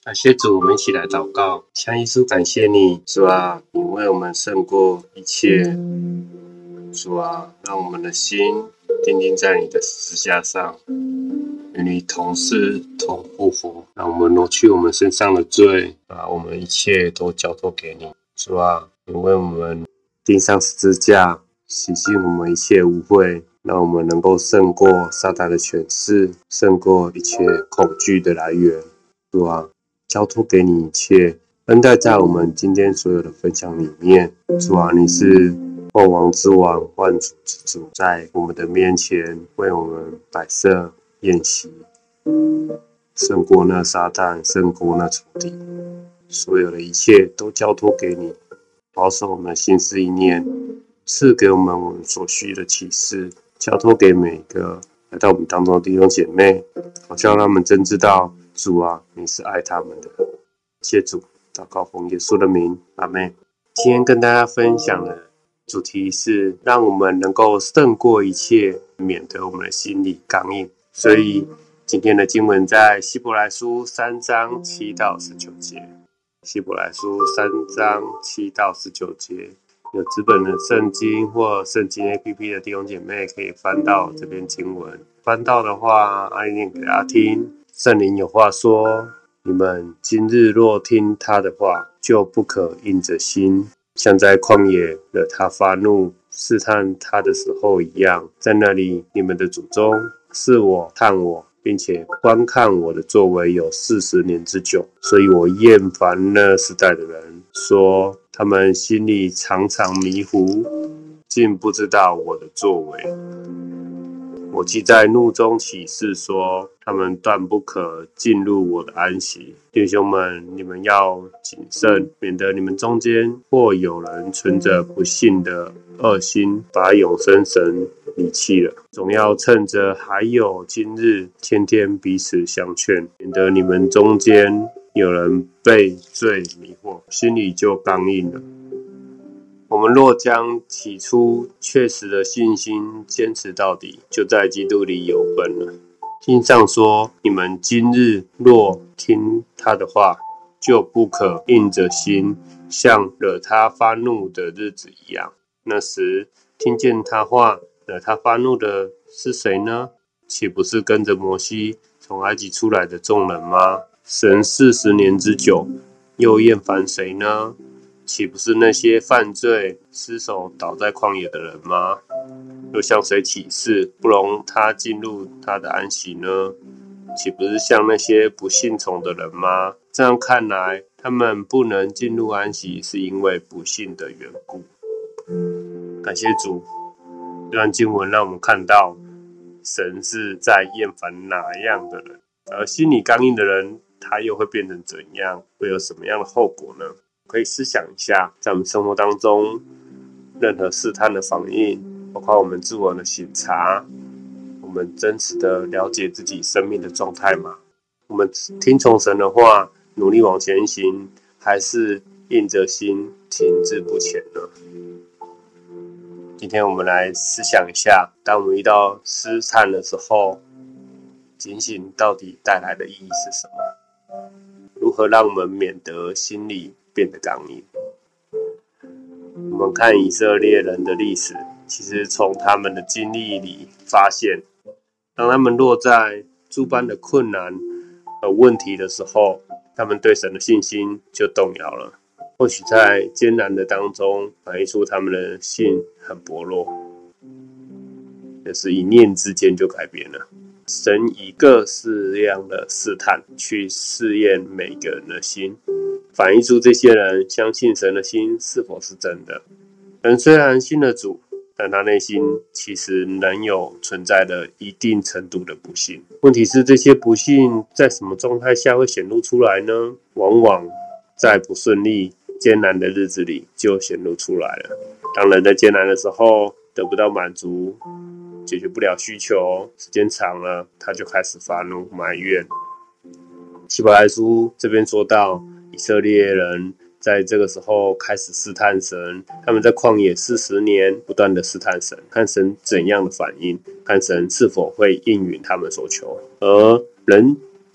感谢主，我们一起来祷告。向耶稣感谢你，主啊，你为我们胜过一切。主啊，让我们的心定睛在你的十字架上，与你同死同复活，让我们挪去我们身上的罪，把我们一切都交托给你。主啊，你为我们钉上十字架，洗净我们一切污秽，让我们能够胜过撒旦的权势，胜过一切恐惧的来源。主啊，交托给你一切，恩待在我们今天所有的分享里面。主啊，你是万王之王，万主之主，在我们的面前为我们摆设宴席，胜过那撒旦，胜过那仇敌，所有的一切都交托给你，保守我们的心思意念，赐给我们所需的启示，交托给每个来到我们当中的弟兄姐妹，好像让他们真知道主啊，你是爱他们的。谢主，祷告奉耶稣的名，阿们。今天跟大家分享的主题是让我们能够胜过一切，免得我们的心里刚硬。所以今天的经文在希伯来书3章7到19节。希伯来书3章7到19节，有纸本的圣经或圣经 APP 的弟兄姐妹可以翻到这篇经文。翻到的话，阿念给大家听。圣灵有话说：你们今日若听他的话，就不可硬着心，像在旷野惹他发怒试探他的时候一样。在那里，你们的祖宗是我探我，并且观看我的作为有40年之久，所以我厌烦那时代的人，说他们心里常常迷糊，竟不知道我的作为。我既在怒中起誓说，他们断不可进入我的安息。弟兄们，你们要谨慎，免得你们中间或有人存着不信的恶心，把永生神离弃了。总要趁着还有今日，天天彼此相劝，免得你们中间有人被罪迷惑，心里就刚硬了。我们若将起初确实的信心坚持到底，就在基督里有份了。经上说，你们今日若听他的话，就不可硬着心，像惹他发怒的日子一样。那时听见他话惹他发怒的是谁呢？岂不是跟着摩西从埃及出来的众人吗？神40年之久，又厌烦谁呢？岂不是那些犯罪失手倒在旷野的人吗？又向谁起誓不容他进入他的安息呢？岂不是像那些不信从的人吗？这样看来，他们不能进入安息，是因为不信的缘故。感谢主，这段经文让我们看到神是在厌烦哪样的人，而心里刚硬的人，他又会变成怎样，会有什么样的后果呢？可以思想一下，在我们生活当中，任何试探的反应，包括我们自我的省察，我们真实的了解自己生命的状态吗？我们听从神的话，努力往前行，还是硬着心停滞不前呢？今天我们来思想一下，当我们遇到试探的时候，警醒到底带来的意义是什么？如何让我们免得心里变得刚硬？我们看以色列人的历史，其实从他们的经历里发现，当他们落在诸般的困难和问题的时候，他们对神的信心就动摇了。或许在艰难的当中，反映出他们的信很薄弱，也是一念之间就改变了。神以各式样的试探去试验每个人的心，反映出这些人相信神的心是否是真的。人虽然信了主，但他内心其实仍有存在的一定程度的不信。问题是，这些不信在什么状态下会显露出来呢？往往在不顺利、艰难的日子里就显露出来了。当人在艰难的时候得不到满足，解决不了需求，时间长了，他就开始发怒埋怨。希伯来书这边说到，以色列人在这个时候开始试探神，他们在旷野40年不断的试探神，看神怎样的反应，看神是否会应允他们所求。而人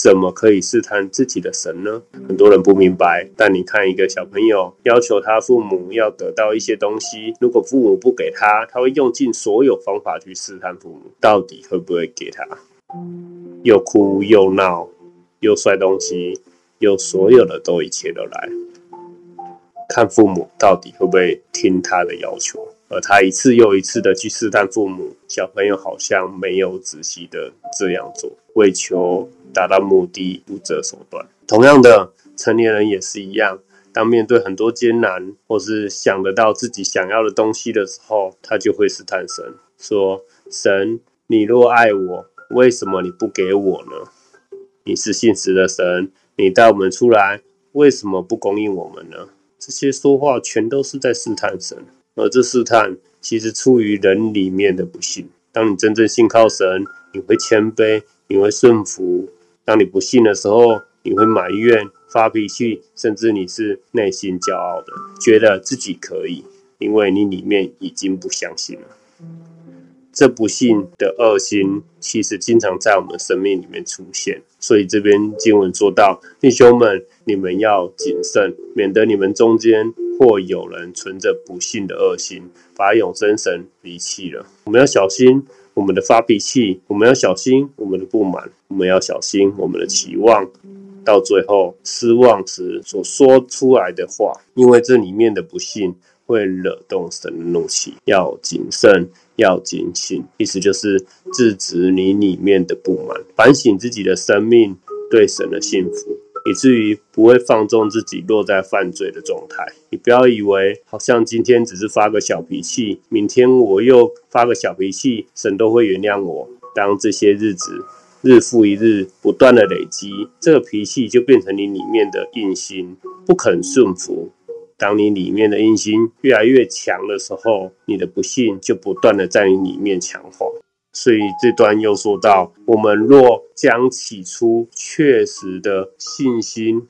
怎么可以试探自己的神呢？很多人不明白，但你看一个小朋友要求他父母要得到一些东西，如果父母不给他，他会用尽所有方法去试探父母，到底会不会给他？又哭又闹，又摔东西，又所有的一切都来，看父母到底会不会听他的要求。而他一次又一次的去试探父母，小朋友好像没有仔细的这样做，为求达到目的不择手段。同样的，成年人也是一样，当面对很多艰难或是想得到自己想要的东西的时候，他就会试探神，说：神，你若爱我，为什么你不给我呢？你是信实的神，你带我们出来，为什么不供应我们呢？这些说话全都是在试探神，而这试探其实出于人里面的不信。当你真正信靠神，你会谦卑，你会顺服；当你不信的时候，你会埋怨、发脾气，甚至你是内心骄傲的，觉得自己可以，因为你里面已经不相信了。这不信的恶心其实经常在我们生命里面出现，所以这边经文说到，弟兄们，你们要谨慎，免得你们中间或有人存着不信的恶心，把永生神离弃了。我们要小心我们的发脾气，我们要小心我们的不满，我们要小心我们的期望，到最后失望时所说出来的话，因为这里面的不信会惹动神的怒气。要谨慎，要警醒，意思就是制止你里面的不满，反省自己的生命对神的信服，以至于不会放纵自己落在犯罪的状态。你不要以为好像今天只是发个小脾气，明天我又发个小脾气，神都会原谅我。当这些日子日复一日不断的累积，这个脾气就变成你里面的硬心，不肯顺服。当你里面的硬心越来越强的时候，你的不信就不断的在你里面强化。所以这段又说到，我们若将起初确实的信心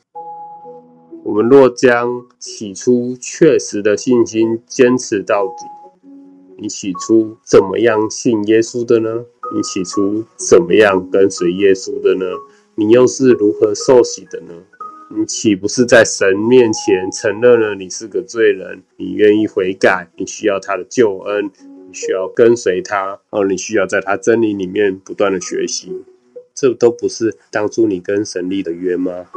坚持到底，你起初怎么样信耶稣的呢？你起初怎么样跟随耶稣的呢？你又是如何受洗的呢？你岂不是在神面前承认了你是个罪人，你愿意悔改，你需要他的救恩，你需要跟随他，你需要在他真理里面不断的学习。这都不是当初你跟神立的约吗？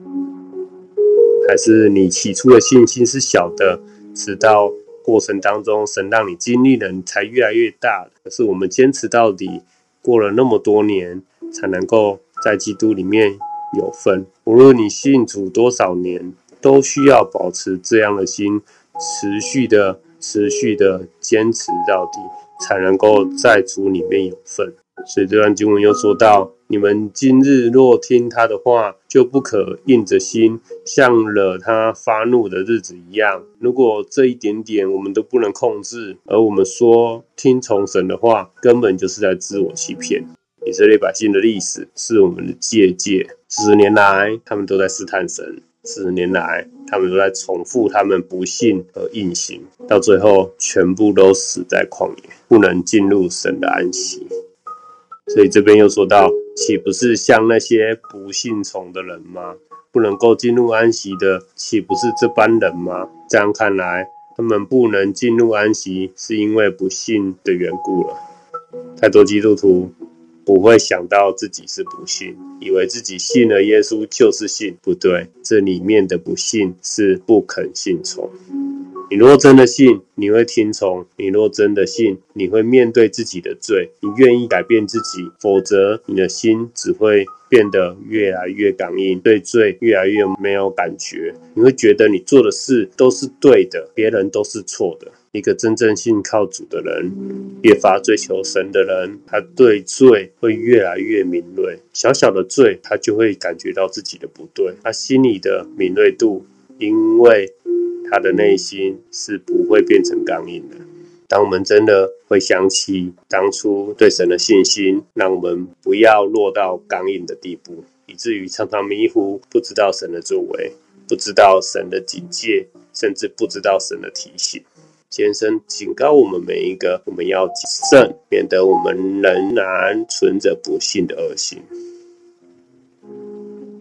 还是你起初的信心是小的，直到过程当中神让你经历了，你才越来越大的。可是我们坚持到底，过了那么多年，才能够在基督里面有份。无论你信主多少年，都需要保持这样的心，持续的坚持到底，才能够在主里面有份。所以这段经文又说到，你们今日若听他的话，就不可硬着心，像惹他发怒的日子一样。如果这一点点我们都不能控制，而我们说听从神的话，根本就是在自我欺骗。以色列百姓的历史是我们的借鉴，40年来他们都在试探神，40年来他们都在重复他们不信和硬行，到最后全部都死在旷野，不能进入神的安息。所以这边又说到，岂不是像那些不信从的人吗？不能够进入安息的，岂不是这般人吗？这样看来，他们不能进入安息，是因为不信的缘故了。太多基督徒不会想到自己是不信，以为自己信了耶稣就是信，不对，这里面的不信是不肯信从。你若真的信，你会听从；你若真的信，你会面对自己的罪，你愿意改变自己，否则你的心只会变得越来越刚硬，对罪越来越没有感觉。你会觉得你做的事都是对的，别人都是错的。一个真正信靠主的人，越发追求神的人，他对罪会越来越敏锐。小小的罪，他就会感觉到自己的不对，他心里的敏锐度，因为他的内心是不会变成刚硬的。当我们真的会想起当初对神的信心，让我们不要落到刚硬的地步，以至于常常迷糊，不知道神的作为，不知道神的警戒，甚至不知道神的提醒。先生警告我们每一个，我们要谨慎，免得我们仍然存着不信的恶心。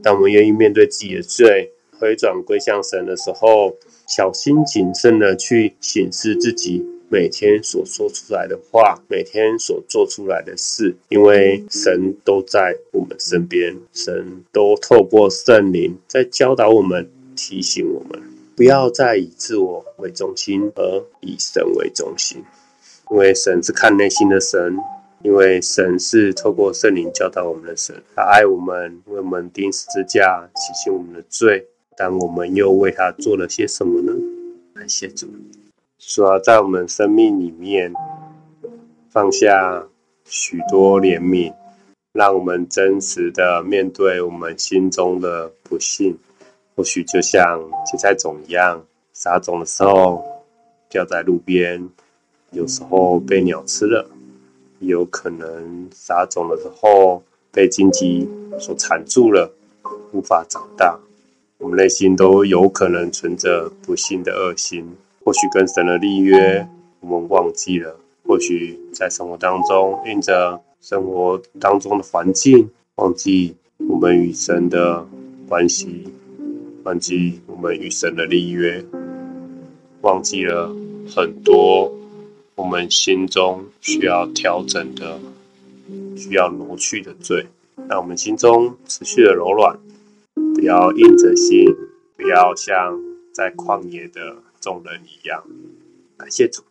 当我们愿意面对自己的罪，回转归向神的时候，小心谨慎的去审视自己每天所说出来的话，每天所做出来的事，因为神都在我们身边，神都透过圣灵在教导我们，提醒我们不要再以自我为中心，而以神为中心。因为神是看内心的神，因为神是透过圣灵教导我们的神，他爱我们，为我们钉十字架，洗净我们的罪。但我们又为他做了些什么呢？感谢主，主要在我们生命里面放下许多怜悯，让我们真实的面对我们心中的不幸。或许就像芥菜种一样，撒种的时候掉在路边，有时候被鸟吃了，有可能撒种的时候被荆棘所缠住了，无法长大。我们内心都有可能存着不幸的恶心，或许跟神的立约我们忘记了，或许在生活当中因着生活当中的环境，忘记我们与神的关系，忘记我们与神的立约，忘记了很多我们心中需要调整的，需要挪去的罪，让我们心中持续的柔软，不要硬着心，不要像在旷野的众人一样。感谢主。